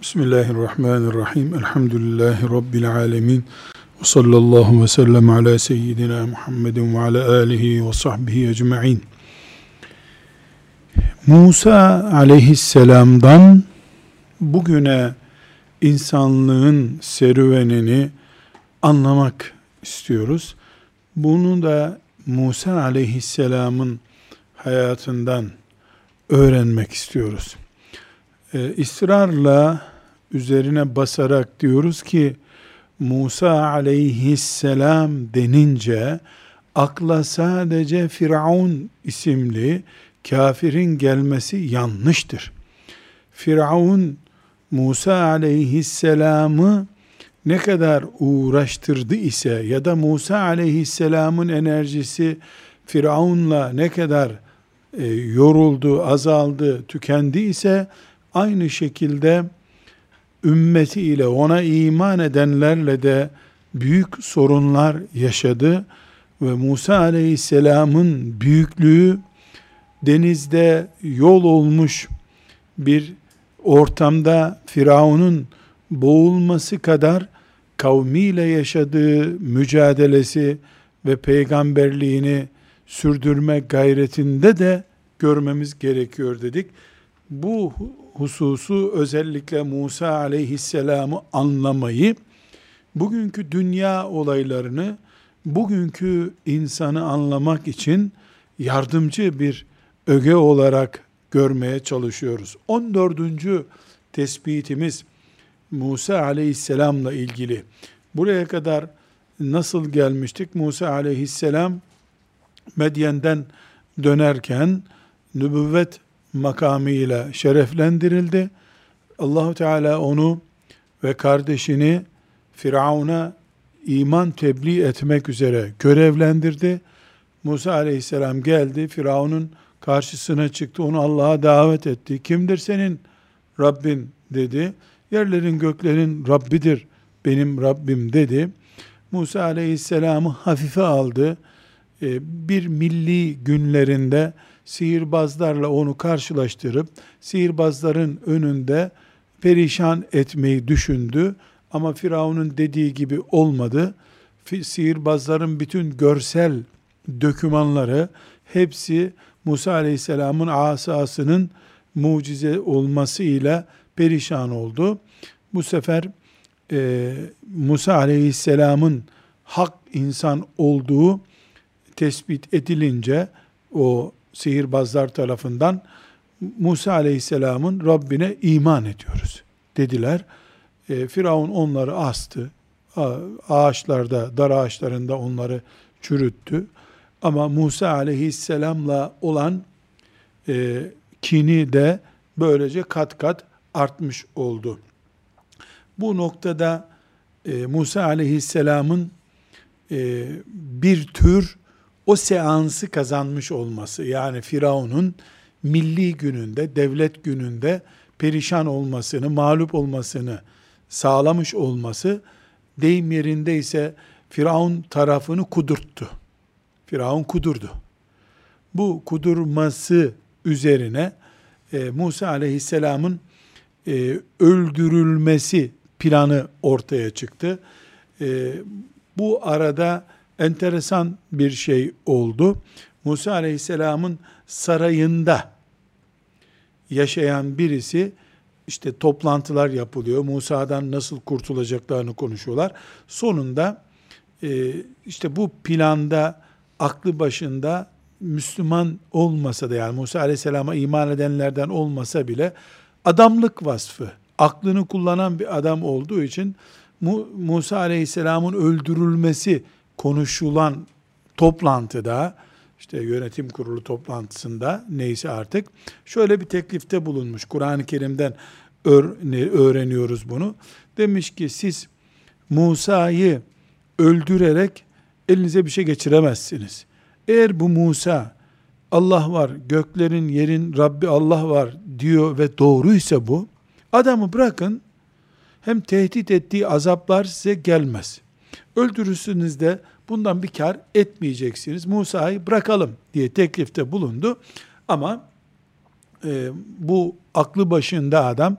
Bismillahirrahmanirrahim. Elhamdülillahi Rabbil alemin. Ve sallallahu ve sellem ala seyyidina Muhammedin ve ala alihi ve sahbihi ecma'in. Musa aleyhisselamdan bugüne insanlığın serüvenini anlamak istiyoruz. Bunu da Musa aleyhisselamın hayatından öğrenmek istiyoruz. İsrarla üzerine basarak diyoruz ki Musa aleyhisselam denince akla sadece Firavun isimli kafirin gelmesi yanlıştır. Firavun Musa aleyhisselamı ne kadar uğraştırdı ise ya da Musa aleyhisselamın enerjisi Firavun'la ne kadar yoruldu, azaldı, tükendi ise aynı şekilde ümmetiyle ona iman edenlerle de büyük sorunlar yaşadı ve Musa aleyhisselamın büyüklüğü denizde yol olmuş bir ortamda Firavun'un boğulması kadar kavmiyle yaşadığı mücadelesi ve peygamberliğini sürdürme gayretinde de görmemiz gerekiyor dedik. Bu hususu özellikle Musa aleyhisselamı anlamayı, bugünkü dünya olaylarını, bugünkü insanı anlamak için yardımcı bir öge olarak görmeye çalışıyoruz. 14. tespitimiz Musa aleyhisselamla ilgili. Buraya kadar nasıl gelmiştik? Musa aleyhisselam Medyen'den dönerken nübüvvet makamıyla şereflendirildi. Allahu Teala onu ve kardeşini Firavun'a iman tebliğ etmek üzere görevlendirdi. Musa aleyhisselam geldi, Firavun'un karşısına çıktı, onu Allah'a davet etti. Kimdir senin Rabbin dedi. Yerlerin göklerin Rabbidir benim Rabbim dedi. Musa aleyhisselamı hafife aldı. Bir milli günlerinde sihirbazlarla onu karşılaştırıp sihirbazların önünde perişan etmeyi düşündü. Ama Firavun'un dediği gibi olmadı. Sihirbazların bütün görsel dokümanları hepsi Musa aleyhisselamın asasının mucize olmasıyla perişan oldu. Bu sefer Musa aleyhisselamın hak insan olduğu tespit edilince o sihirbazlar tarafından Musa aleyhisselamın Rabbine iman ediyoruz dediler. Firavun onları astı. Ağaçlarda, dar ağaçlarında onları çürüttü. Ama Musa aleyhisselamla olan kini de böylece kat kat artmış oldu. Bu noktada Musa aleyhisselamın bir tür o seansı kazanmış olması, yani Firavun'un milli gününde, devlet gününde perişan olmasını, mağlup olmasını sağlamış olması, deyim yerindeyse Firavun tarafını kudurttu. Firavun kudurdu. Bu kudurması üzerine Musa aleyhisselamın öldürülmesi planı ortaya çıktı. Bu arada enteresan bir şey oldu. Musa aleyhisselamın sarayında yaşayan birisi, işte toplantılar yapılıyor. Musa'dan nasıl kurtulacaklarını konuşuyorlar. Sonunda işte bu planda aklı başında Müslüman olmasa da, yani Musa aleyhisselama iman edenlerden olmasa bile adamlık vasfı, aklını kullanan bir adam olduğu için Musa aleyhisselamın öldürülmesi konuşulan toplantıda, işte yönetim kurulu toplantısında neyse artık, şöyle bir teklifte bulunmuş. Kur'an-ı Kerim'den öğreniyoruz bunu. Demiş ki siz Musa'yı öldürerek elinize bir şey geçiremezsiniz. Eğer bu Musa Allah var, göklerin yerin Rabbi Allah var diyor ve doğruysa bu, adamı bırakın, hem tehdit ettiği azaplar size gelmez. Öldürürsünüz de bundan bir kar etmeyeceksiniz. Musa'yı bırakalım diye teklifte bulundu. Ama bu aklı başında adam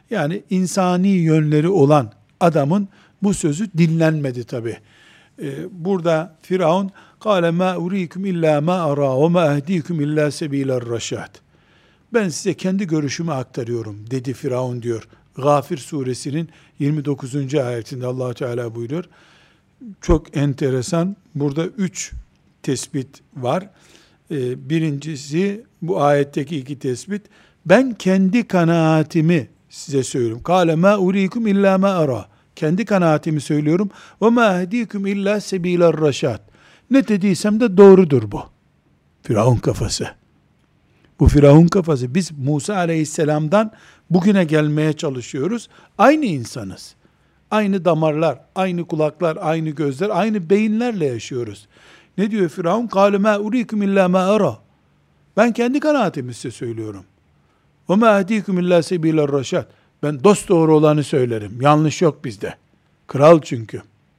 Yani insani yönleri olan adamın bu sözü dinlenmedi tabi. Burada Firavun قَالَ مَا اُرِيكُمْ اِلَّا مَا اَرَى وَمَا اَهْدِيكُمْ اِلَّا سَب۪يلَ الرَّشَادِ Ben size kendi görüşümü aktarıyorum dedi Firavun diyor. Gafir suresinin 29. ayetinde Allah Teala buyuruyor. Çok enteresan. Burada 3 tespit var. Birincisi bu ayetteki 2 tespit. Ben kendi kanaatimi size söylüyorum. Kâle mâ urîkum illâ mâ arâ. Kendi kanaatimi söylüyorum. Ve mâ ehdîkum illâ sebîler reşâd. Ne dediysem de doğrudur bu. Firavun kafası. Bu Firavun kafası. Biz Musa aleyhisselamdan bugüne gelmeye çalışıyoruz. Aynı insanız. Aynı damarlar, aynı kulaklar, aynı gözler, aynı beyinlerle yaşıyoruz. Ne diyor Firavun? قَالَ مَا اُرِيكُمْ اِلَّا مَا اَرَى Ben kendi kanaatimi size söylüyorum. وَمَا اَهْد۪يكُمْ اِلَّا سَب۪يلَ الرَّشَادِ Ben dosdoğru olanı söylerim. Yanlış yok bizde. Kral çünkü.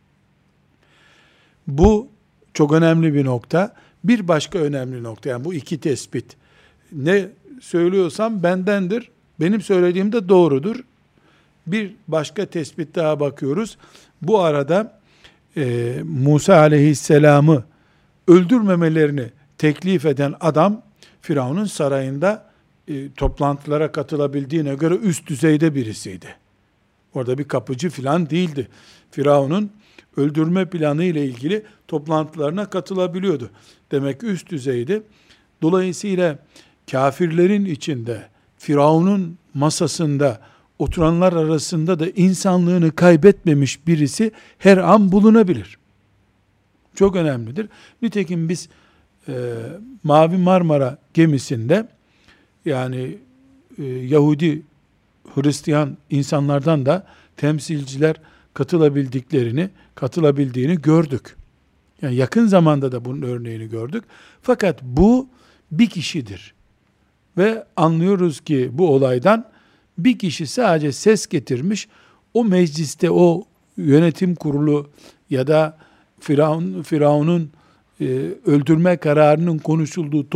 Bu çok önemli bir nokta. Bir başka önemli nokta. Yani bu 2 tespit. Ne söylüyorsam bendendir. Benim söylediğim de doğrudur. Bir başka tespit daha bakıyoruz. Bu arada Musa aleyhisselamı öldürmemelerini teklif eden adam Firavun'un sarayında toplantılara katılabildiğine göre üst düzeyde birisiydi. Orada bir kapıcı filan değildi. Firavun'un öldürme planı ile ilgili toplantılarına katılabiliyordu. Demek ki üst düzeydi. Dolayısıyla kafirlerin içinde, Firavun'un masasında oturanlar arasında da insanlığını kaybetmemiş birisi her an bulunabilir. Çok önemlidir. Nitekim biz Mavi Marmara gemisinde yani Yahudi, Hristiyan insanlardan da temsilciler katılabildiğini gördük. Yani yakın zamanda da bunun örneğini gördük. Fakat bu bir kişidir. Ve anlıyoruz ki bu olaydan bir kişi sadece ses getirmiş, o mecliste o yönetim kurulu ya da Firavun'un öldürme kararının konuşulduğu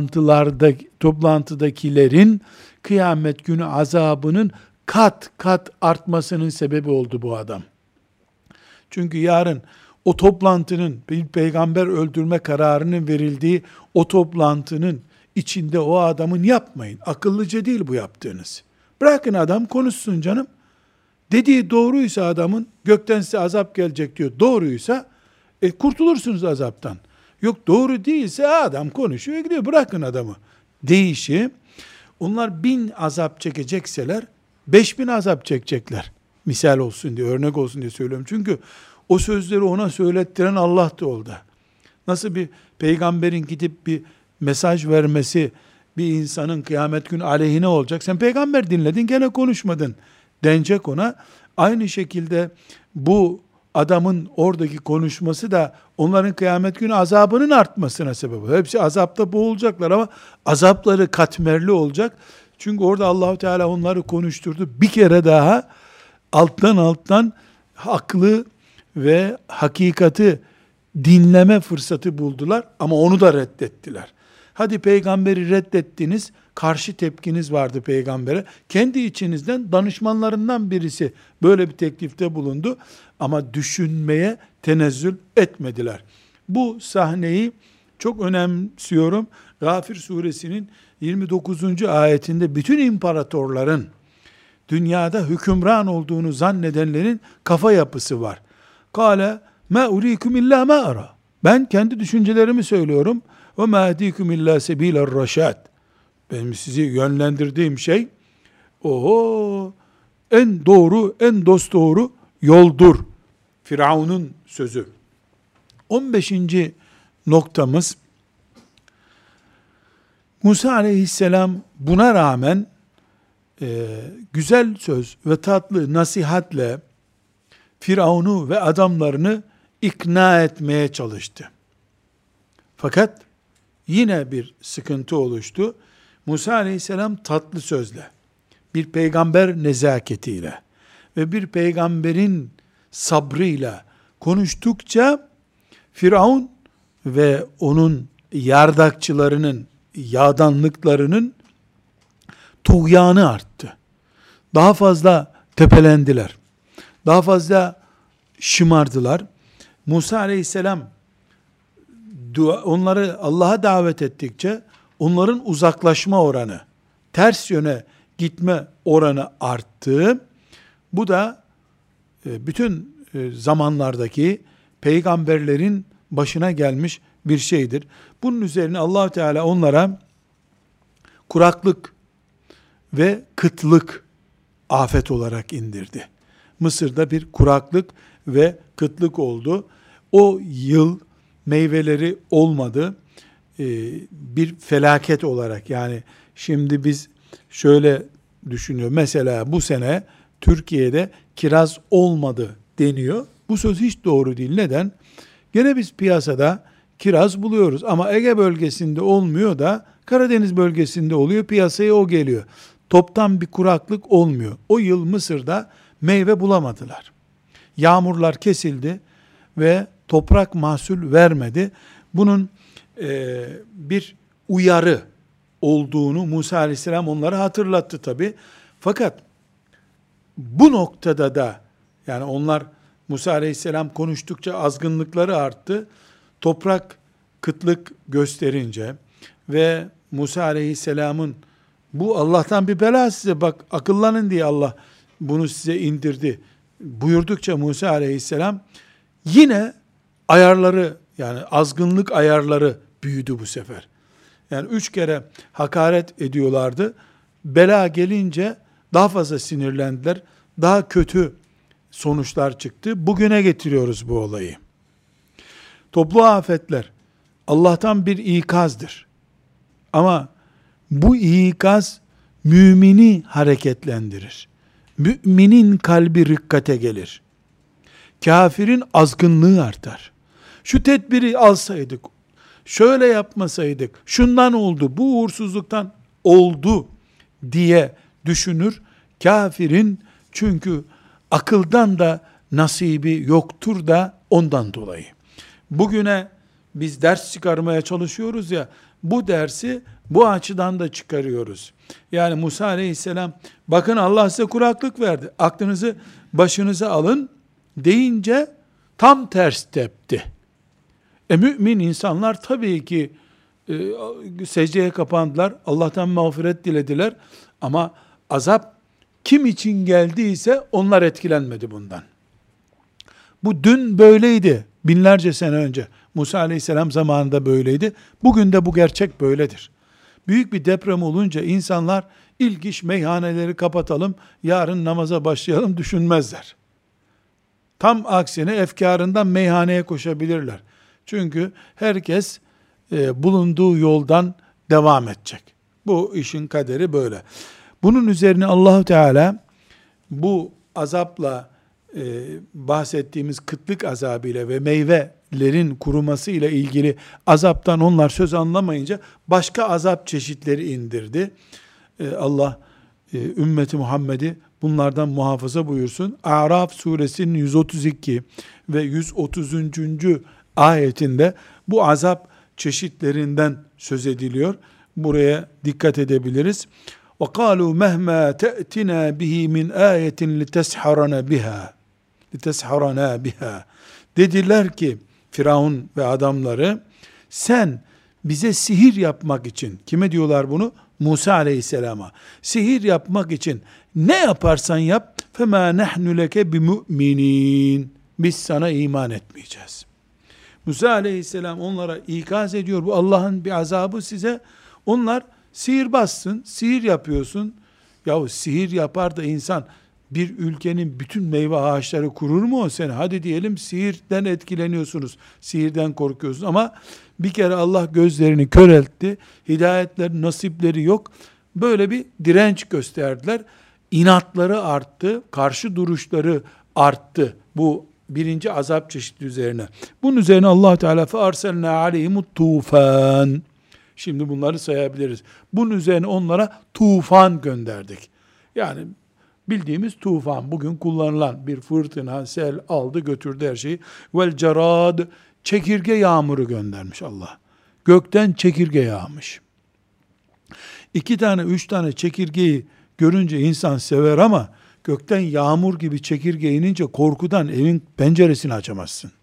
toplantıdakilerin kıyamet günü azabının kat kat artmasının sebebi oldu bu adam. Çünkü yarın o toplantının, bir peygamber öldürme kararının verildiği o toplantının içinde o adamın yapmayın. Akıllıca değil bu yaptığınız. Bırakın adam konuşsun canım. Dediği doğruysa adamın, gökten size azap gelecek diyor. Doğruysa kurtulursunuz azaptan. Yok doğru değilse adam konuşuyor gidiyor. Bırakın adamı. Değişi, onlar 1000 azap çekecekseler 5000 azap çekecekler. Misal olsun diye, örnek olsun diye söylüyorum. Çünkü o sözleri ona söylettiren Allah'tı orada. Nasıl bir peygamberin gidip bir mesaj vermesi bir insanın kıyamet günü aleyhine olacak. Sen peygamber dinledin gene konuşmadın denecek ona. Aynı şekilde bu adamın oradaki konuşması da onların kıyamet günü azabının artmasına sebep olur. Hepsi azapta boğulacaklar ama azapları katmerli olacak. Çünkü orada Allahu Teala onları konuşturdu. Bir kere daha alttan haklı ve hakikati dinleme fırsatı buldular ama onu da reddettiler. Hadi peygamberi reddettiniz, karşı tepkiniz vardı peygambere. Kendi içinizden danışmanlarından birisi böyle bir teklifte bulundu ama düşünmeye tenezzül etmediler. Bu sahneyi çok önemsiyorum. Gafir suresinin 29. ayetinde bütün imparatorların dünyada hükümran olduğunu zannedenlerin kafa yapısı var. Kâle mâ urîkum illâ mâ ara. Ben kendi düşüncelerimi söylüyorum. Ve mâ ehdîkum illâ sebîler reşâd. Benim sizi yönlendirdiğim şey en doğru, en dosdoğru yoldur. Firavun'un sözü. 15. noktamız, Musa aleyhisselam buna rağmen güzel söz ve tatlı nasihatle Firavun'u ve adamlarını ikna etmeye çalıştı. Fakat yine bir sıkıntı oluştu. Musa aleyhisselam tatlı sözle, bir peygamber nezaketiyle ve bir peygamberin sabrıyla konuştukça Firavun ve onun yardakçılarının, yağdanlıklarının tuğyanı arttı. daha fazla tepelendiler. Daha fazla şımardılar. Musa aleyhisselam onları Allah'a davet ettikçe onların uzaklaşma oranı, ters yöne gitme oranı arttı. Bu da bütün zamanlardaki peygamberlerin başına gelmiş bir şeydir. Bunun üzerine Allah Teala onlara kuraklık ve kıtlık afet olarak indirdi. Mısır'da bir kuraklık ve kıtlık oldu. O yıl meyveleri olmadı. Bir felaket olarak, yani şimdi biz şöyle düşünüyoruz. Mesela bu sene Türkiye'de kiraz olmadı deniyor. Bu söz hiç doğru değil. Neden? Gene biz piyasada kiraz buluyoruz ama Ege bölgesinde olmuyor da Karadeniz bölgesinde oluyor. Piyasaya o geliyor. Toptan bir kuraklık olmuyor. O yıl Mısır'da meyve bulamadılar. Yağmurlar kesildi ve toprak mahsul vermedi. Bunun bir uyarı olduğunu Musa aleyhisselam onlara hatırlattı tabi. Fakat bu noktada da, yani onlar Musa aleyhisselam konuştukça azgınlıkları arttı. Toprak kıtlık gösterince ve Musa aleyhisselamın bu Allah'tan bir bela size, bak akıllanın diye Allah bunu size indirdi buyurdukça Musa aleyhisselam yine ayarları, yani azgınlık ayarları büyüdü bu sefer. Yani 3 kere hakaret ediyorlardı. Bela gelince daha fazla sinirlendiler. Daha kötü sonuçlar çıktı. Bugüne getiriyoruz bu olayı. Toplu afetler Allah'tan bir ikazdır. Ama bu ikaz mümini hareketlendirir. Müminin kalbi rikkate gelir. Kafirin azgınlığı artar. Şu tedbiri alsaydık, şöyle yapmasaydık, şundan oldu, bu uğursuzluktan oldu diye düşünür. Kafirin çünkü akıldan da nasibi yoktur da ondan dolayı. Bugüne biz ders çıkarmaya çalışıyoruz ya, bu dersi bu açıdan da çıkarıyoruz. Yani Musa aleyhisselam, bakın Allah size kuraklık verdi, aklınızı başınıza alın deyince tam ters tepti. Mümin insanlar tabii ki secdeye kapandılar, Allah'tan mağfiret dilediler ama azap kim için geldiyse onlar etkilenmedi bundan. Bu dün böyleydi, binlerce sene önce Musa aleyhisselam zamanında böyleydi, bugün de bu gerçek böyledir. Büyük bir deprem olunca insanlar ilk iş meyhaneleri kapatalım, yarın namaza başlayalım düşünmezler. Tam aksine efkarından meyhaneye koşabilirler. Çünkü herkes bulunduğu yoldan devam edecek. Bu işin kaderi böyle. Bunun üzerine Allah Teala bu azapla bahsettiğimiz kıtlık azabıyla ve meyvelerin kuruması ile ilgili azaptan onlar söz anlamayınca başka azap çeşitleri indirdi. Allah ümmeti Muhammed'i bunlardan muhafaza buyursun. A'raf suresinin 132 ve 130. ayetinde bu azap çeşitlerinden söz ediliyor. Buraya dikkat edebiliriz. وَقَالُوا مَهْمَا تَأْتِنَا بِهِ مِنْ آيَةٍ لِتَسْحَرَنَا بِهَا dediler ki Firavun ve adamları, sen bize sihir yapmak için, kime diyorlar bunu? Musa aleyhisselama. Sihir yapmak için ne yaparsan yap, فَمَا نَحْنُ لَكَ بِمُؤْمِنِينَ biz sana iman etmeyeceğiz. Musa aleyhisselam onlara ikaz ediyor, bu Allah'ın bir azabı size. Onlar sihirbazsın, sihir yapıyorsun. Yahu sihir yapar da insan bir ülkenin bütün meyve ağaçları kurur mu o sene? Hadi diyelim sihirden etkileniyorsunuz, sihirden korkuyorsunuz ama bir kere Allah gözlerini köreltti, hidayetleri, nasipleri yok. Böyle bir direnç gösterdiler. İnatları arttı, karşı duruşları arttı. Bu birinci azap çeşidi üzerine. Bunun üzerine Allah Teala فَاَرْسَلْنَا عَلَيْهِمُ الطُّوفَانِ Şimdi bunları sayabiliriz. Bunun üzerine onlara tufan gönderdik. Yani bildiğimiz tufan, bugün kullanılan bir fırtına, sel aldı götürdü her şeyi. Vel cerad, çekirge yağmuru göndermiş Allah. Gökten çekirge yağmış. 2 tane 3 tane çekirgeyi görünce insan sever ama gökten yağmur gibi çekirge inince korkudan evin penceresini açamazsın.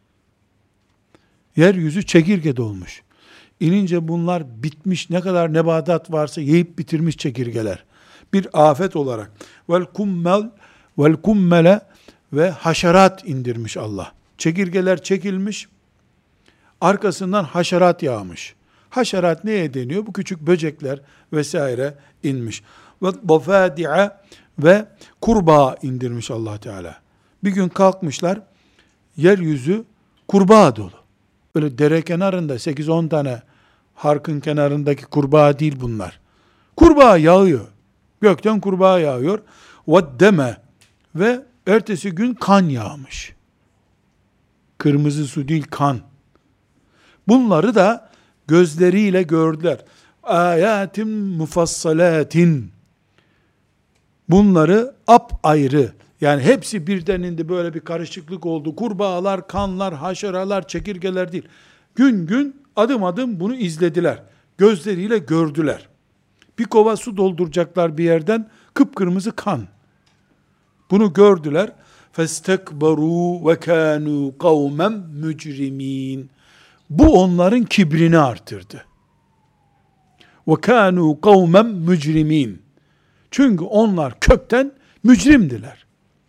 Yeryüzü çekirge dolmuş. İnince bunlar bitmiş, ne kadar nebatat varsa yiyip bitirmiş çekirgeler. Bir afet olarak. Vel kummele ve haşerat indirmiş Allah. Çekirgeler çekilmiş, arkasından haşerat yağmış. Haşerat neye deniyor? Bu küçük böcekler vesaire inmiş. Ve dafadi'a ve kurbağa indirmiş Allah Teala. Bir gün kalkmışlar, yeryüzü kurbağa dolu. Böyle dere kenarında 8-10 tane harkın kenarındaki kurbağa değil bunlar. Kurbağa yağıyor. Gökten kurbağa yağıyor. Veddeme ve ertesi gün kan yağmış. Kırmızı su değil, kan. Bunları da gözleriyle gördüler. Ayatin mufassalatin. Bunları apayrı, yani hepsi birden indi, böyle bir karışıklık oldu. Kurbağalar, kanlar, haşeralar, çekirgeler değil. Gün gün, adım adım bunu izlediler. Gözleriyle gördüler. Bir kova su dolduracaklar bir yerden, kıpkırmızı kan. Bunu gördüler. فَاسْتَكْبَرُوا وَكَانُوا قَوْمًا مُجْرِم۪ينَ. Bu onların kibrini artırdı. وَكَانُوا قَوْمًا مُجْرِم۪ينَ. Çünkü onlar kökten mücrimdiler.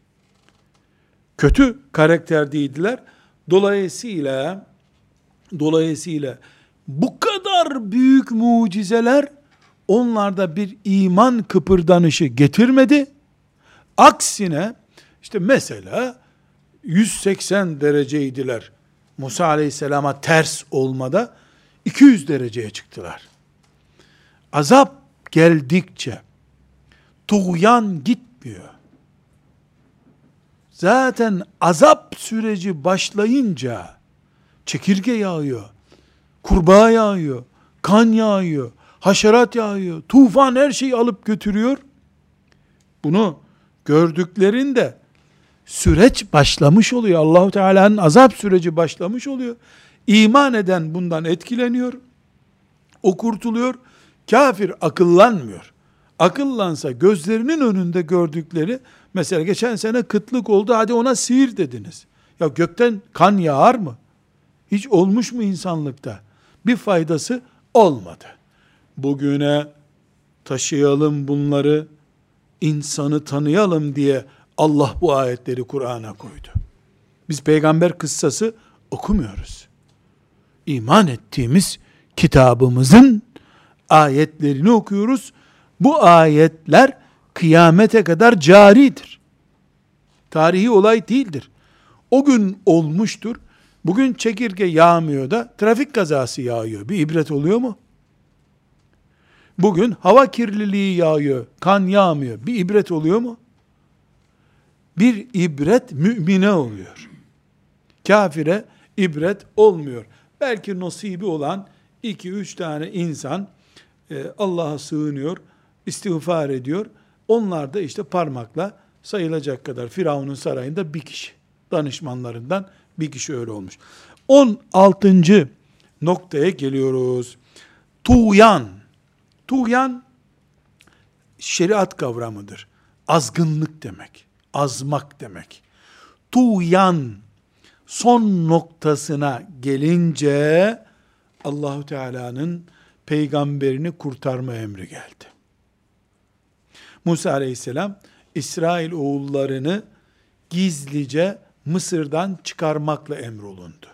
Kötü karakterdeydiler. Dolayısıyla bu kadar büyük mucizeler onlarda bir iman kıpırdanışı getirmedi. Aksine işte mesela 180 dereceydiler. Musa Aleyhisselam'a ters olmada 200 dereceye çıktılar. Azap geldikçe tuğyan gitmiyor. Zaten azap süreci başlayınca çekirge yağıyor, kurbağa yağıyor, kan yağıyor, haşerat yağıyor, tufan her şeyi alıp götürüyor. Bunu gördüklerinde süreç başlamış oluyor. Allahu Teala'nın azap süreci başlamış oluyor. İman eden bundan etkileniyor. O kurtuluyor. Kafir akıllanmıyor. Akıllansa gözlerinin önünde gördükleri, mesela geçen sene kıtlık oldu, hadi ona sihir dediniz. Ya gökten kan yağar mı? Hiç olmuş mu insanlıkta? Bir faydası olmadı. Bugüne taşıyalım bunları, insanı tanıyalım diye Allah bu ayetleri Kur'an'a koydu. Biz peygamber kıssası okumuyoruz. İman ettiğimiz kitabımızın ayetlerini okuyoruz. Bu ayetler kıyamete kadar caridir. Tarihi olay değildir. O gün olmuştur. Bugün çekirge yağmıyor da trafik kazası yağıyor. Bir ibret oluyor mu? Bugün hava kirliliği yağıyor, kan yağmıyor. Bir ibret oluyor mu? Bir ibret mümine oluyor. Kafire ibret olmuyor. Belki nasibi olan 2-3 tane insan Allah'a sığınıyor, istiğfar ediyor. Onlar da işte parmakla sayılacak kadar. Firavun'un sarayında bir kişi, danışmanlarından bir kişi öyle olmuş. 16. noktaya geliyoruz. Tuğyan. Tuğyan şeriat kavramıdır. Azgınlık demek. Azmak demek. Tuğyan son noktasına gelince Allahu Teala'nın peygamberini kurtarma emri geldi. Musa Aleyhisselam İsrail oğullarını gizlice Mısır'dan çıkarmakla emrolundu.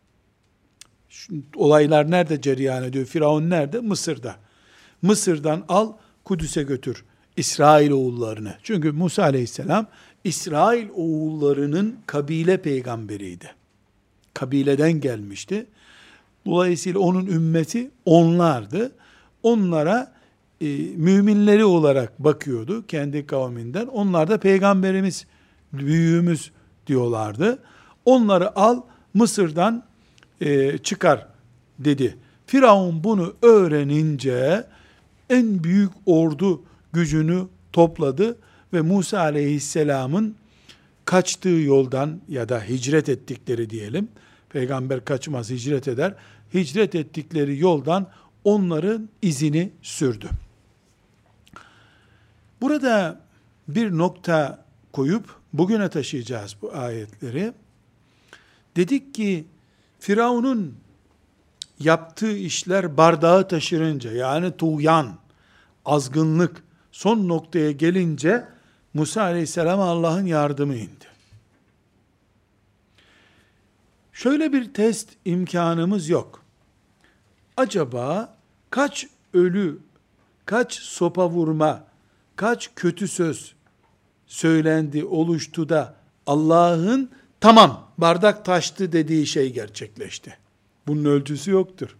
Olaylar nerede cereyan ediyor? Firavun nerede? Mısır'da. Mısır'dan al, Kudüs'e götür İsrail oğullarını. Çünkü Musa Aleyhisselam İsrail oğullarının kabile peygamberiydi. Kabileden gelmişti. Dolayısıyla onun ümmeti onlardı. Onlara müminleri olarak bakıyordu kendi kavminden. Onlar da peygamberimiz, büyüğümüz diyorlardı. Onları al, Mısır'dan çıkar dedi. Firavun bunu öğrenince en büyük ordu gücünü topladı ve Musa Aleyhisselam'ın kaçtığı yoldan ya da hicret ettikleri diyelim, peygamber kaçmaz, hicret eder, hicret ettikleri yoldan onların izini sürdü. Burada bir nokta koyup bugüne taşıyacağız bu ayetleri. Dedik ki Firavun'un yaptığı işler bardağı taşırınca, yani tuğyan, azgınlık son noktaya gelince Musa Aleyhisselam'a Allah'ın yardımı indi. Şöyle bir test imkanımız yok. Acaba kaç ölü, kaç sopa vurma, kaç kötü söz söylendi, oluştu da Allah'ın tamam bardak taştı dediği şey gerçekleşti? Bunun ölçüsü yoktur.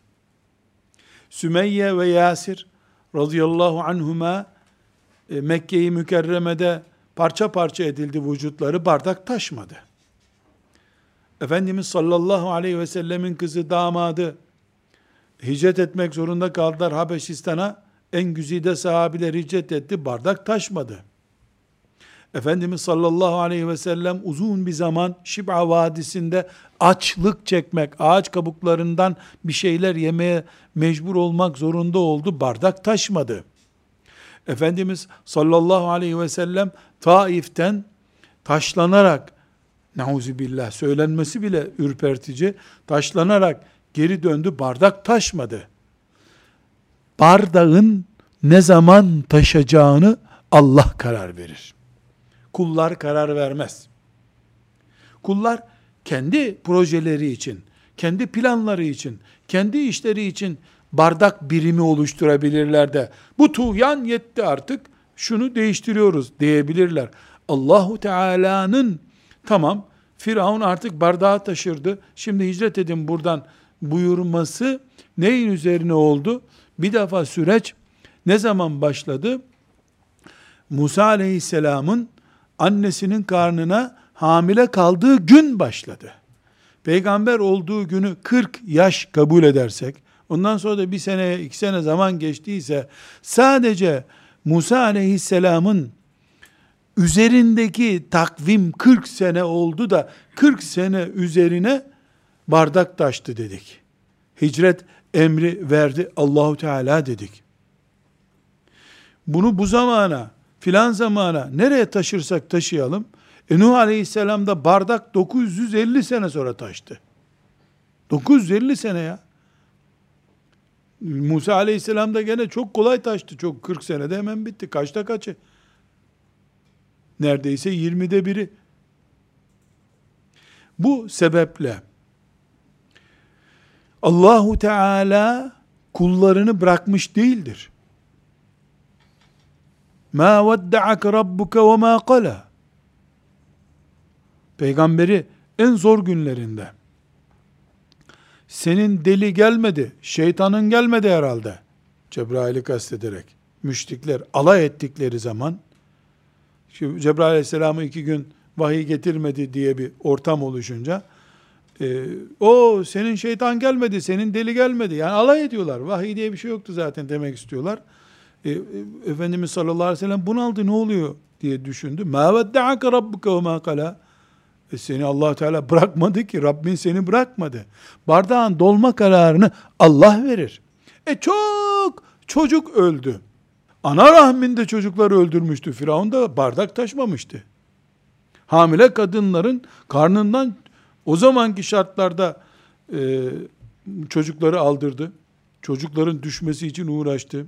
Sümeyye ve Yasir radıyallahu anhuma Mekke-i Mükerreme'de parça parça edildi vücutları, bardak taşmadı. Efendimiz sallallahu aleyhi ve sellemin kızı, damadı hicret etmek zorunda kaldılar Habeşistan'a. En güzide sahabiler hicret etti, bardak taşmadı. Efendimiz sallallahu aleyhi ve sellem uzun bir zaman Şib'a Vadisi'nde açlık çekmek, ağaç kabuklarından bir şeyler yemeye mecbur olmak zorunda oldu, bardak taşmadı. Efendimiz sallallahu aleyhi ve sellem Taif'ten taşlanarak, nauzubillah söylenmesi bile ürpertici, taşlanarak geri döndü, bardak taşmadı. Bardağın ne zaman taşacağını Allah karar verir. Kullar karar vermez. Kullar kendi projeleri için, kendi planları için, kendi işleri için bardak birimi oluşturabilirler de bu tuğyan yetti artık, şunu değiştiriyoruz diyebilirler. Allahu Teala'nın tamam Firavun artık bardağı taşırdı, şimdi hicret edin buradan buyurması neyin üzerine oldu? Bir defa süreç ne zaman başladı? Musa Aleyhisselam'ın annesinin karnına hamile kaldığı gün başladı. Peygamber olduğu günü 40 yaş kabul edersek, ondan sonra da bir sene, 2 sene zaman geçtiyse, sadece Musa Aleyhisselam'ın üzerindeki takvim 40 sene oldu da 40 sene üzerine bardak taştı dedik. Hicret emri verdi Allahu Teala dedik. Bunu bu zamana, filan zamana nereye taşırsak taşıyalım, Nuh Aleyhisselam'da bardak 950 sene sonra taştı. 950 sene ya. Musa Aleyhisselam'da gene çok kolay taştı. Çok 40 senede hemen bitti. Kaçta kaçı? Neredeyse 20'de biri. Bu sebeple Allahu Teala kullarını bırakmış değildir. Ma vedda'ake rabbuke ve ma qala. Peygamberi en zor günlerinde, senin deli gelmedi, şeytanın gelmedi herhalde, Cebrail'i kastederek, müşrikler alay ettikleri zaman, Cebrail Aleyhisselam'ı 2 gün vahiy getirmedi diye bir ortam oluşunca, o senin şeytan gelmedi, senin deli gelmedi. Yani alay ediyorlar. Vahiy diye bir şey yoktu zaten demek istiyorlar. Efendimiz sallallahu aleyhi ve sellem bunaldı, ne oluyor diye düşündü. مَا وَدَّعَكَ رَبُّكَ وَمَا قَلَى Seni Allah Teala bırakmadı ki, Rabbin seni bırakmadı. Bardağın dolma kararını Allah verir. Çok çocuk öldü. Ana rahminde çocukları öldürmüştü. Firavun da bardak taşmamıştı. Hamile kadınların karnından o zamanki şartlarda çocukları aldırdı. Çocukların düşmesi için uğraştı.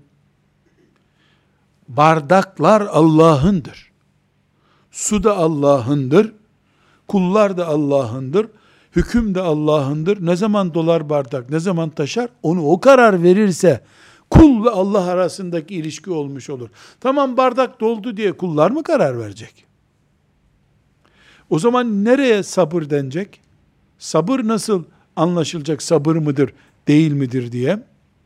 Bardaklar Allah'ındır. Su da Allah'ındır. Kullar da Allah'ındır. Hüküm de Allah'ındır. Ne zaman dolar bardak, ne zaman taşar, onu o karar verirse kul ve Allah arasındaki ilişki olmuş olur. Tamam bardak doldu diye kullar mı karar verecek? O zaman nereye sabır denecek? Sabır nasıl anlaşılacak, sabır mıdır, değil midir diye.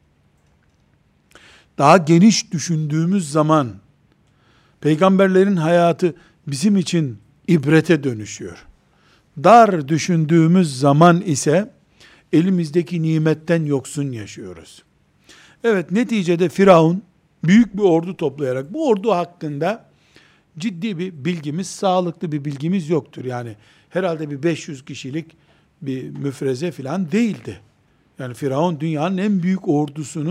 Daha geniş düşündüğümüz zaman, peygamberlerin hayatı bizim için ibrete dönüşüyor. Dar düşündüğümüz zaman ise, elimizdeki nimetten yoksun yaşıyoruz. Evet, neticede Firavun, büyük bir ordu toplayarak, bu ordu hakkında ciddi bir bilgimiz, sağlıklı bir bilgimiz yoktur. Yani herhalde bir 500 kişilik bir müfreze filan değildi. Yani Firavun dünyanın en büyük ordusunun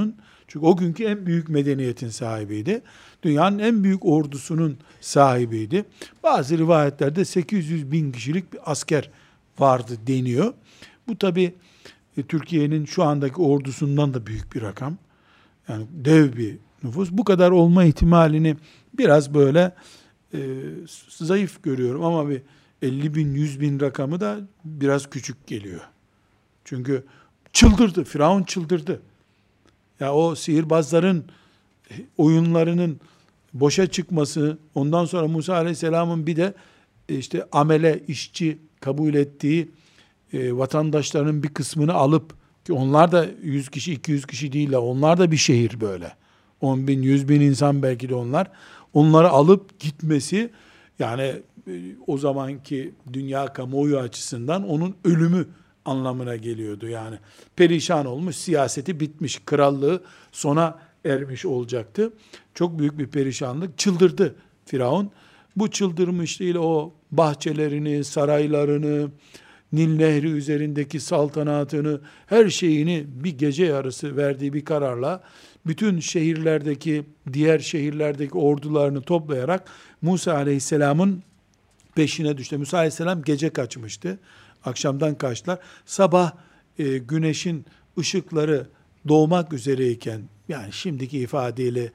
Çünkü o günkü en büyük medeniyetin sahibiydi. Dünyanın en büyük ordusunun sahibiydi. Bazı rivayetlerde 800 bin kişilik bir asker vardı deniyor. Bu tabi Türkiye'nin şu andaki ordusundan da büyük bir rakam. Yani dev bir nüfus. Bu kadar olma ihtimalini biraz böyle zayıf görüyorum ama bir 50 bin, 100 bin rakamı da biraz küçük geliyor. Çünkü çıldırdı, Firavun çıldırdı. Ya o sihirbazların oyunlarının boşa çıkması, ondan sonra Musa Aleyhisselam'ın bir de işte amele, işçi kabul ettiği vatandaşlarının bir kısmını alıp, ki onlar da 100 kişi, 200 kişi değiller, onlar da bir şehir böyle. 10 bin, 100 bin insan belki de onlar. Onları alıp gitmesi, yani o zamanki dünya kamuoyu açısından onun ölümü anlamına geliyordu. Yani perişan olmuş, siyaseti bitmiş, krallığı sona ermiş olacaktı. Çok büyük bir perişanlık. Çıldırdı Firavun. Bu çıldırmışlığıyla o bahçelerini, saraylarını, Nil Nehri üzerindeki saltanatını, her şeyini bir gece yarısı verdiği bir kararla bütün şehirlerdeki, diğer şehirlerdeki ordularını toplayarak Musa Aleyhisselam'ın peşine düştü. Musa Aleyhisselam gece kaçmıştı. Akşamdan kaçtılar. Sabah güneşin ışıkları doğmak üzereyken, yani şimdiki ifadeyle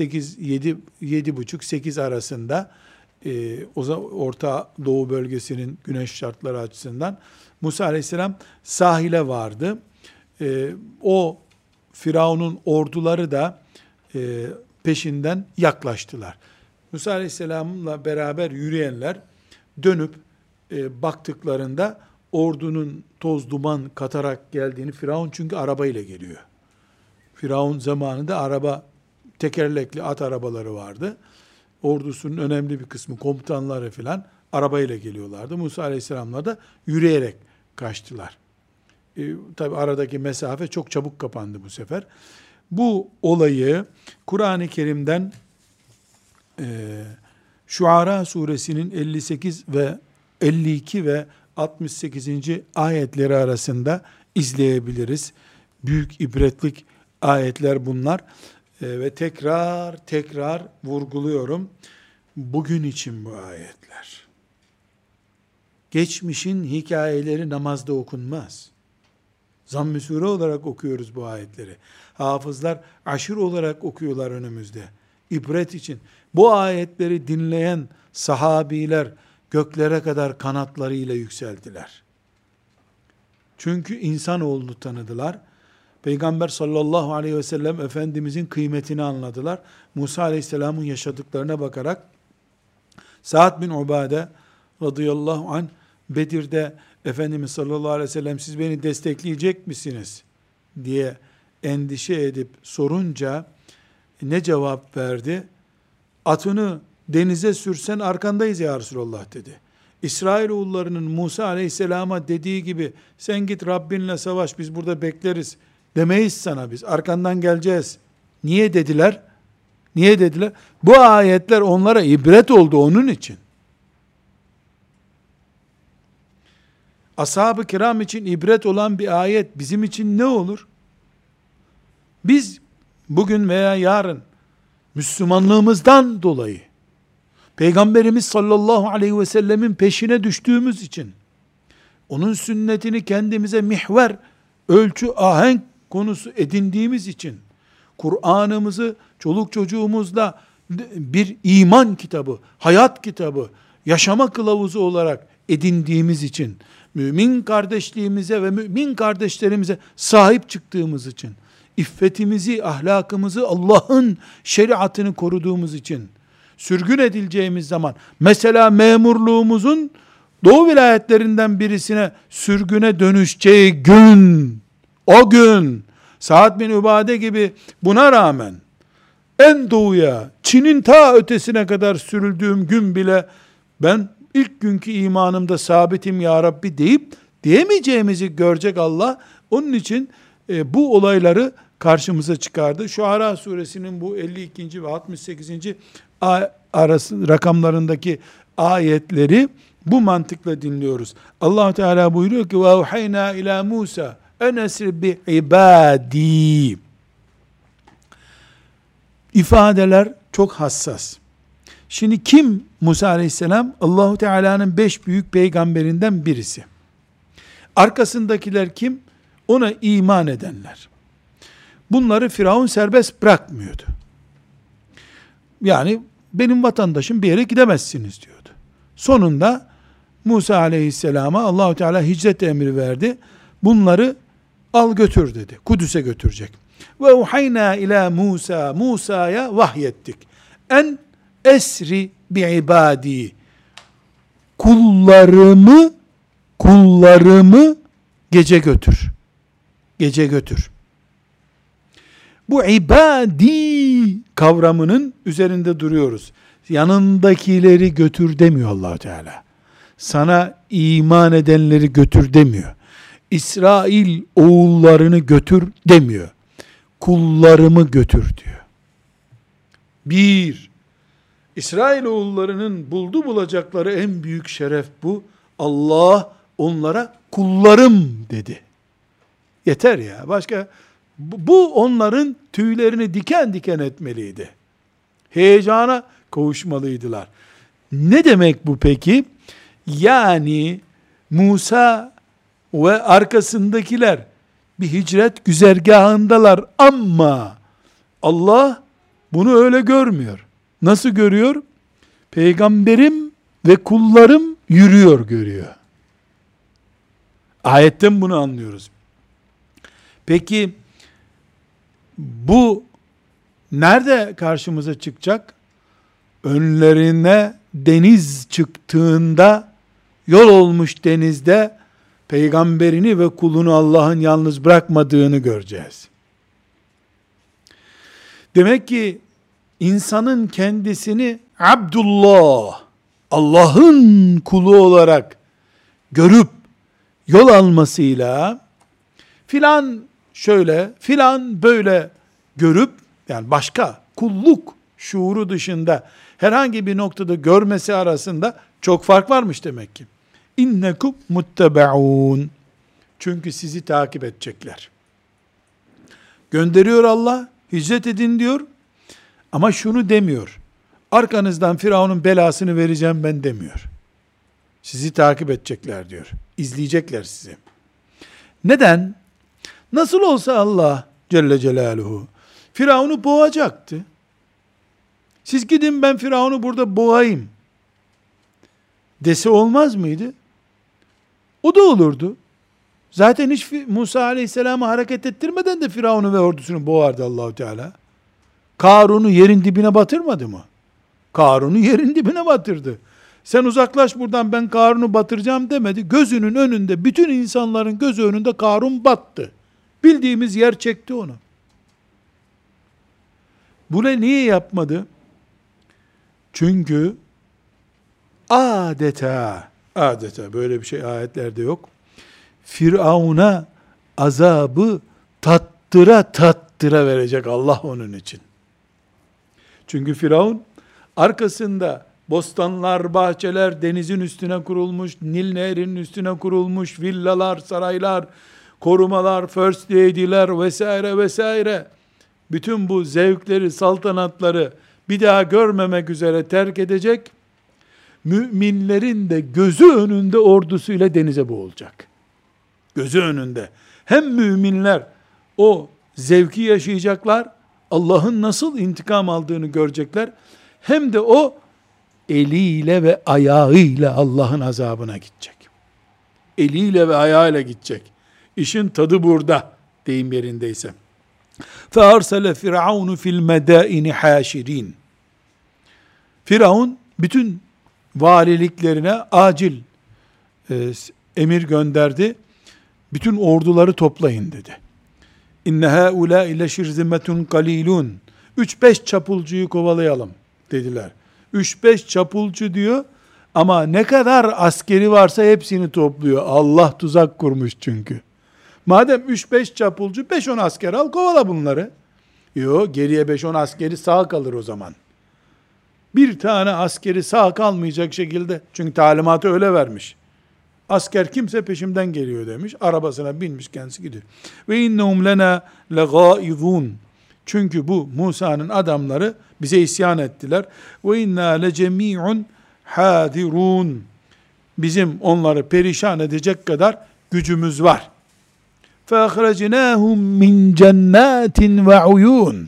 7:30-8 arasında Orta Doğu bölgesinin güneş şartları açısından Musa Aleyhisselam sahile vardı. O Firavun'un orduları da peşinden yaklaştılar. Musa Aleyhisselam'la beraber yürüyenler dönüp baktıklarında ordunun toz duman katarak geldiğini, Firavun çünkü arabayla geliyor. Firavun zamanında araba, tekerlekli at arabaları vardı. Ordusunun önemli bir kısmı, komutanları filan arabayla geliyorlardı. Musa Aleyhisselam'la da yürüyerek kaçtılar. Tabi aradaki mesafe çok çabuk kapandı bu sefer. Bu olayı Kur'an-ı Kerim'den Şuara suresinin 58 ve 52 ve 68. ayetleri arasında izleyebiliriz. Büyük ibretlik ayetler bunlar. Ve tekrar vurguluyorum. Bugün için bu ayetler. Geçmişin hikayeleri namazda okunmaz. Zamm-ı Sure olarak okuyoruz bu ayetleri. Hafızlar aşır olarak okuyorlar önümüzde. İbret için. Bu ayetleri dinleyen sahabiler göklere kadar kanatlarıyla yükseldiler. Çünkü insanoğlunu tanıdılar. Peygamber sallallahu aleyhi ve sellem Efendimizin kıymetini anladılar. Musa aleyhisselamın yaşadıklarına bakarak Sa'd bin Ubade radıyallahu anh Bedir'de Efendimiz sallallahu aleyhi ve sellem siz beni destekleyecek misiniz diye endişe edip sorunca ne cevap verdi? Atını denize sürsen arkandayız ya Resulallah dedi. İsrailoğullarının Musa aleyhisselama dediği gibi sen git Rabbinle savaş biz burada bekleriz demeyiz sana biz. Arkandan geleceğiz. Niye dediler? Niye dediler? Bu ayetler onlara ibret oldu onun için. Ashab-ı kiram için ibret olan bir ayet bizim için ne olur? Biz bugün veya yarın Müslümanlığımızdan dolayı Peygamberimiz sallallahu aleyhi ve sellemin peşine düştüğümüz için, onun sünnetini kendimize mihver, ölçü, ahenk konusu edindiğimiz için, Kur'an'ımızı çoluk çocuğumuzla bir iman kitabı, hayat kitabı, yaşama kılavuzu olarak edindiğimiz için, mümin kardeşliğimize ve mümin kardeşlerimize sahip çıktığımız için, iffetimizi, ahlakımızı, Allah'ın şeriatını koruduğumuz için, sürgün edileceğimiz zaman, mesela memurluğumuzun Doğu vilayetlerinden birisine sürgüne dönüşeceği gün, o gün, Sa'd bin Ubade gibi buna rağmen, en doğuya, Çin'in ta ötesine kadar sürüldüğüm gün bile, ben ilk günkü imanımda sabitim ya Rabbi deyip, diyemeyeceğimizi görecek Allah, onun için bu olayları karşımıza çıkardı. Şuara suresinin bu 52. ve 68. arası rakamlarındaki ayetleri bu mantıkla dinliyoruz. Allah Teala buyuruyor ki: "Ve uhayna ila Musa en esri bi ibadi." ifadeler çok hassas. Şimdi kim Musa aleyhisselam? Allahu Teala'nın 5 büyük peygamberinden birisi. Arkasındakiler kim? Ona iman edenler. Bunları Firavun serbest bırakmıyordu. Yani benim vatandaşım bir yere gidemezsiniz diyordu. Sonunda Musa aleyhisselama Allahu Teala hicret emri verdi. Bunları al götür dedi. Kudüs'e götürecek. Ve uhayna ila Musa, Musa'ya vahyettik. En esri bi ibadi. Kullarımı gece götür. Gece götür. Bu ibadi kavramının üzerinde duruyoruz. Yanındakileri götür demiyor Allah Teala. Sana iman edenleri götür demiyor. İsrail oğullarını götür demiyor. Kullarımı götür diyor. Bir, İsrail oğullarının bulacakları en büyük şeref bu. Allah onlara kullarım dedi. Yeter ya. Başka bu onların tüylerini diken diken etmeliydi. Heyecana kavuşmalıydılar. Ne demek bu peki? Yani Musa ve arkasındakiler bir hicret güzergahındalar ama Allah bunu öyle görmüyor. Nasıl görüyor? Peygamberim ve kullarım yürüyor görüyor. Ayetten bunu anlıyoruz. Peki bu nerede karşımıza çıkacak? Önlerine deniz çıktığında, yol olmuş denizde peygamberini ve kulunu Allah'ın yalnız bırakmadığını göreceğiz. Demek ki insanın kendisini Abdullah, Allah'ın kulu olarak görüp yol almasıyla filan şöyle, filan böyle görüp, yani başka kulluk şuuru dışında herhangi bir noktada görmesi arasında çok fark varmış demek ki. İnnekum muttebe'un. Çünkü sizi takip edecekler. Gönderiyor Allah, hicret edin diyor. Ama şunu demiyor. Arkanızdan Firavun'un belasını vereceğim ben demiyor. Sizi takip edecekler diyor. İzleyecekler sizi. Neden? Nasıl olsa Allah Celle Celaluhu Firavun'u boğacaktı. Siz gidin ben Firavun'u burada boğayım dese olmaz mıydı? O da olurdu. Zaten hiç Musa Aleyhisselam'ı hareket ettirmeden de Firavun'u ve ordusunu boğardı Allahu Teala. Karun'u yerin dibine batırmadı mı? Karun'u yerin dibine batırdı. Sen uzaklaş buradan ben Karun'u batıracağım demedi. Gözünün önünde, bütün insanların gözü önünde Karun battı. Bildiğimiz yer çekti onu. Bunu niye yapmadı? Çünkü adeta böyle bir şey ayetlerde yok. Firavun'a azabı tattıra verecek Allah onun için. Çünkü Firavun arkasında bostanlar, bahçeler denizin üstüne kurulmuş, Nil nehrinin üstüne kurulmuş villalar, saraylar, korumalar, first lady'ler vesaire vesaire. Bütün bu zevkleri, saltanatları bir daha görmemek üzere terk edecek. Müminlerin de gözü önünde ordusuyla denize boğulacak. Gözü önünde. Hem müminler o zevki yaşayacaklar, Allah'ın nasıl intikam aldığını görecekler, hem de o eliyle ve ayağıyla Allah'ın azabına gidecek. Eliyle ve ayağıyla gidecek. İşin tadı burada, deyim yerindeyse. فَاَرْسَلَ فِرْعَوْنُ فِي الْمَدَائِنِ حَاشِرِينَ Firavun bütün valiliklerine acil emir gönderdi. Bütün orduları toplayın dedi. İnne haulâ leşirzimetun kalîlûn. 3-5 çapulcuyu kovalayalım dediler. 3-5 çapulcu diyor ama ne kadar askeri varsa hepsini topluyor. Allah tuzak kurmuş çünkü. Madem 3-5 çapulcu 5-10 asker al kovala bunları. Yok, geriye 5-10 askeri sağ kalır o zaman. Bir tane askeri sağ kalmayacak şekilde, çünkü talimatı öyle vermiş. Asker kimse peşimden geliyor demiş. Arabasına binmiş kendisi gidiyor. Ve innehum lena legâizûn. Çünkü bu Musa'nın adamları bize isyan ettiler. Ve inna lecemi'un hadirun. Bizim onları perişan edecek kadar gücümüz var. فَاَخْرَجْنَاهُمْ مِنْ جَنَّاتٍ وَعُيُونَ.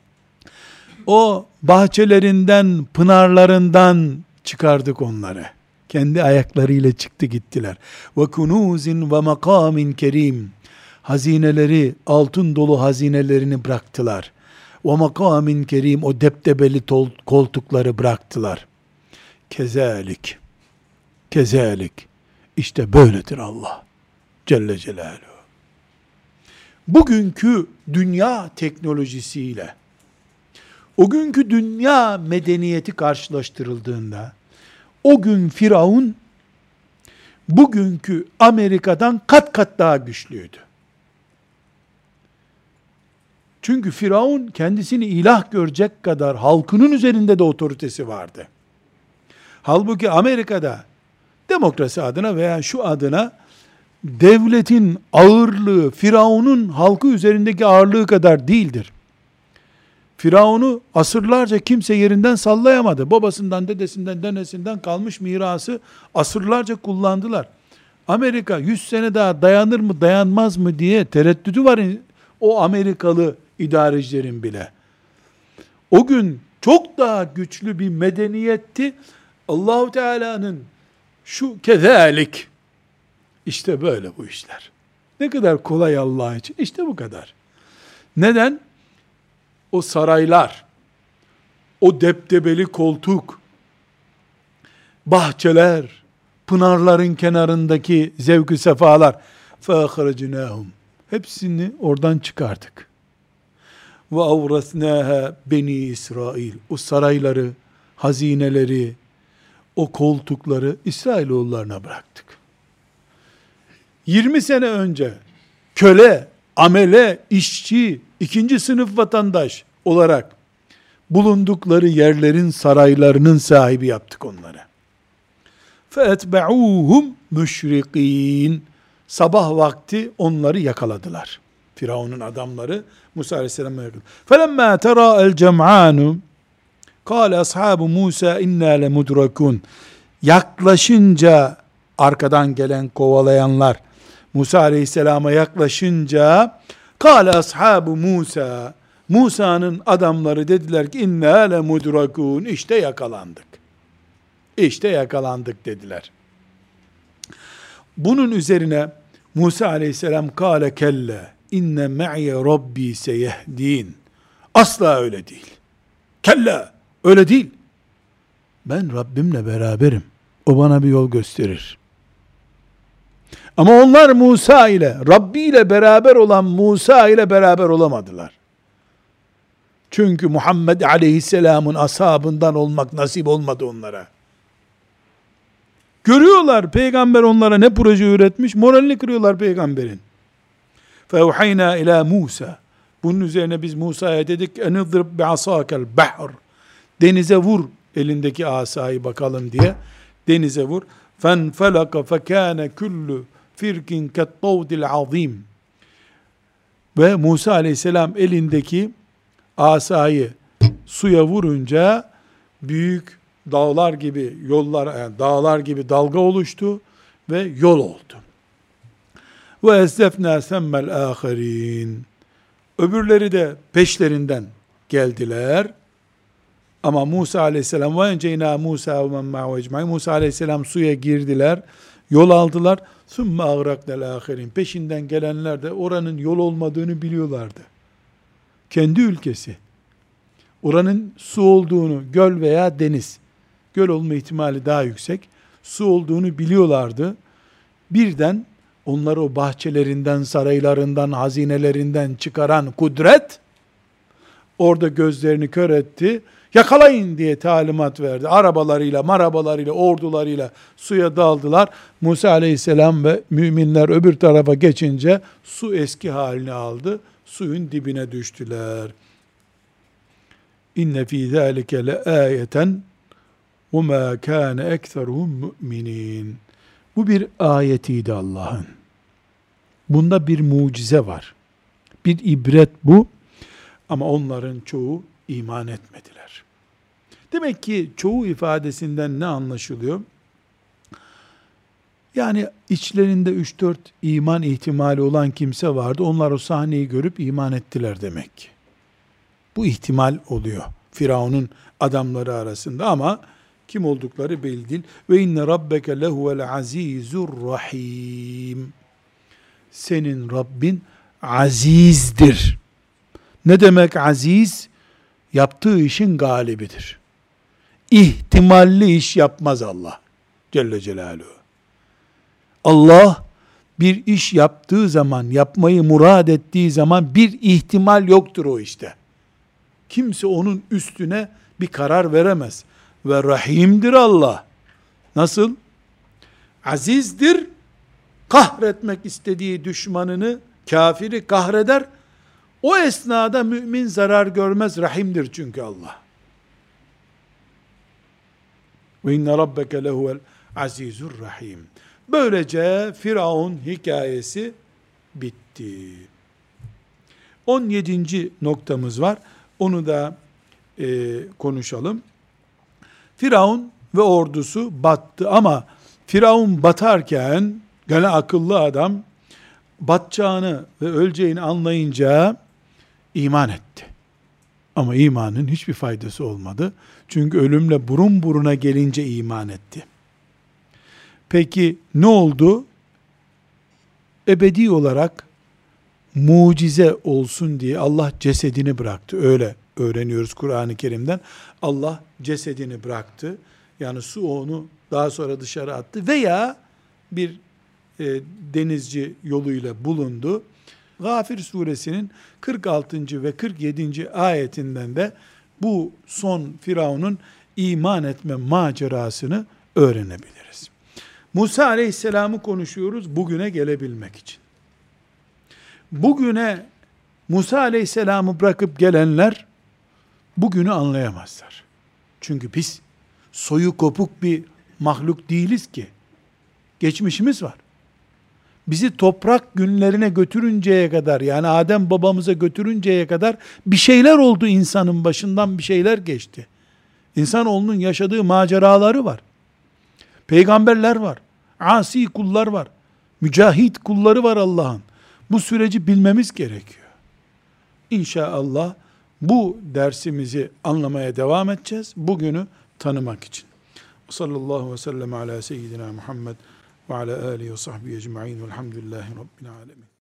O bahçelerinden, pınarlarından çıkardık onları. Kendi ayaklarıyla çıktı gittiler. وَكُنُوزٍ وَمَقَامٍ كَرِيمٍ. Hazineleri, altın dolu hazinelerini bıraktılar. وَمَقَامٍ كَرِيمٍ. O deptebeli koltukları bıraktılar. Kezalik. İşte böyledir Allah Celle Celaluhu. Bugünkü dünya teknolojisiyle o günkü dünya medeniyeti karşılaştırıldığında o gün Firavun bugünkü Amerika'dan kat kat daha güçlüydü. Çünkü Firavun kendisini ilah görecek kadar halkının üzerinde de otoritesi vardı. Halbuki Amerika'da demokrasi adına veya şu adına devletin ağırlığı Firavun'un halkı üzerindeki ağırlığı kadar değildir. Firavun'u asırlarca kimse yerinden sallayamadı. Babasından, dedesinden, nenesinden kalmış mirası asırlarca kullandılar. Amerika 100 sene daha dayanır mı, dayanmaz mı diye tereddütü var o Amerikalı idarecilerin bile. O gün çok daha güçlü bir medeniyetti. Allahu Teala'nın şu kezalik, işte böyle bu işler. Ne kadar kolay Allah için. İşte bu kadar. Neden? O saraylar, o deptebeli koltuk, bahçeler, pınarların kenarındaki zevk-ü sefalar, فَاَخْرَجْنَاهُمْ. Hepsini oradan çıkardık. وَاَوْرَثْنَاهَا Beni İsrail. O sarayları, hazineleri, o koltukları İsrailoğullarına bıraktık. 20 sene önce köle, amele, işçi, ikinci sınıf vatandaş olarak bulundukları yerlerin saraylarının sahibi yaptık onları. فَاَتْبَعُوهُمْ مُشْرِقِينَ. Sabah vakti onları yakaladılar. Firavun'un adamları Musa Aleyhisselam'a yakaladı. فَلَمَّا تَرَى الْجَمْعَانُ قَالَ أَصْحَابُ مُوسَى اِنَّا لَمُدْرَكُونَ. Yaklaşınca, arkadan gelen kovalayanlar Musa Aleyhisselam'a yaklaşınca kâle ashabu Musa, Musa'nın adamları dediler ki inna lemudrakun, işte yakalandık. İşte yakalandık dediler. Bunun üzerine Musa Aleyhisselam kâle kelle inne me'ye rabbi seyehdin. Asla öyle değil. Kella, öyle değil. Ben Rabbimle beraberim. O bana bir yol gösterir. Ama onlar Musa ile, Rabbi ile beraber olan Musa ile beraber olamadılar. Çünkü Muhammed Aleyhisselam'ın ashabından olmak nasip olmadı onlara. Görüyorlar peygamber onlara ne proje üretmiş, moralini kırıyorlar peygamberin. فَاُحَيْنَا ila Musa. Bunun üzerine biz Musa'ya dedik اَنِضْرِبْ بِعَصَاكَ الْبَحْرِ. Denize vur elindeki asayı bakalım diye. Denize vur. فَانْفَلَقَ فَكَانَ كُلُّ firkin kettavdil azim. Ve Musa Aleyhisselam elindeki asayı suya vurunca büyük dağlar gibi yollar, yani dağlar gibi dalga oluştu ve yol oldu. Ve esnefna semmel ahirin. Öbürleri de peşlerinden geldiler. Ama Musa Aleyhisselam ve enceyna Musa ve men ma'hu ecmaîn. Musa Aleyhisselam suya girdiler, yol aldılar. Sümme ağraknel ahirin. Peşinden gelenler de oranın yol olmadığını biliyorlardı. Kendi ülkesi. Oranın su olduğunu, göl veya deniz, göl olma ihtimali daha yüksek, su olduğunu biliyorlardı. Birden onları o bahçelerinden, saraylarından, hazinelerinden çıkaran kudret, orada gözlerini kör etti. Yakalayın diye talimat verdi. Arabalarıyla, ordularıyla suya daldılar. Musa Aleyhisselam ve müminler öbür tarafa geçince su eski halini aldı. Suyun dibine düştüler. İnne fî zâlike leâyeten ve mâ kâne ekseruhum mü'minîn. Bu bir ayetiydi Allah'ın. Bunda bir mucize var. Bir ibret bu. Ama onların çoğu iman etmediler. Demek ki çoğu ifadesinden ne anlaşılıyor? Yani içlerinde 3-4 iman ihtimali olan kimse vardı. Onlar o sahneyi görüp iman ettiler demek ki. Bu ihtimal oluyor Firavun'un adamları arasında, ama kim oldukları belli değil. Ve inne rabbeke lehuvel azizur rahim. Senin Rabbin azizdir. Ne demek aziz? Yaptığı işin galibidir. İhtimalli iş yapmaz Allah Celle Celaluhu. Allah bir iş yaptığı zaman, yapmayı murad ettiği zaman bir ihtimal yoktur o işte. Kimse onun üstüne bir karar veremez. Ve rahimdir Allah. Nasıl? Azizdir. Kahretmek istediği düşmanını, kafiri kahreder. O esnada mümin zarar görmez. Rahimdir çünkü Allah. Ve inne rabbeke lehuvel azizur rahim. Böylece Firavun hikayesi bitti. 17. noktamız var. Onu da konuşalım. Firavun ve ordusu battı, ama Firavun batarken gene akıllı adam batacağını ve öleceğini anlayınca iman etti. Ama imanın hiçbir faydası olmadı. Çünkü ölümle burun buruna gelince iman etti. Peki ne oldu? Ebedi olarak mucize olsun diye Allah cesedini bıraktı. Öyle öğreniyoruz Kur'an-ı Kerim'den. Allah cesedini bıraktı. Yani su onu daha sonra dışarı attı veya bir denizci yoluyla bulundu. Gafir suresinin 46. ve 47. ayetinden de bu son Firavun'un iman etme macerasını öğrenebiliriz. Musa aleyhisselamı konuşuyoruz bugüne gelebilmek için. Bugüne Musa aleyhisselamı bırakıp gelenler bugünü anlayamazlar. Çünkü biz soyu kopuk bir mahluk değiliz ki. Geçmişimiz var. Bizi toprak günlerine götürünceye kadar, yani Adem babamıza götürünceye kadar bir şeyler oldu, insanın başından bir şeyler geçti. İnsanoğlunun yaşadığı maceraları var. Peygamberler var. Asi kullar var. Mücahit kulları var Allah'ın. Bu süreci bilmemiz gerekiyor. İnşallah bu dersimizi anlamaya devam edeceğiz. Bugünü tanımak için. Sallallahu aleyhi ve sellem ala seyyidina Muhammed ve ala alihi ve sahbihi ecma'in velhamdülillahi rabbil alemin.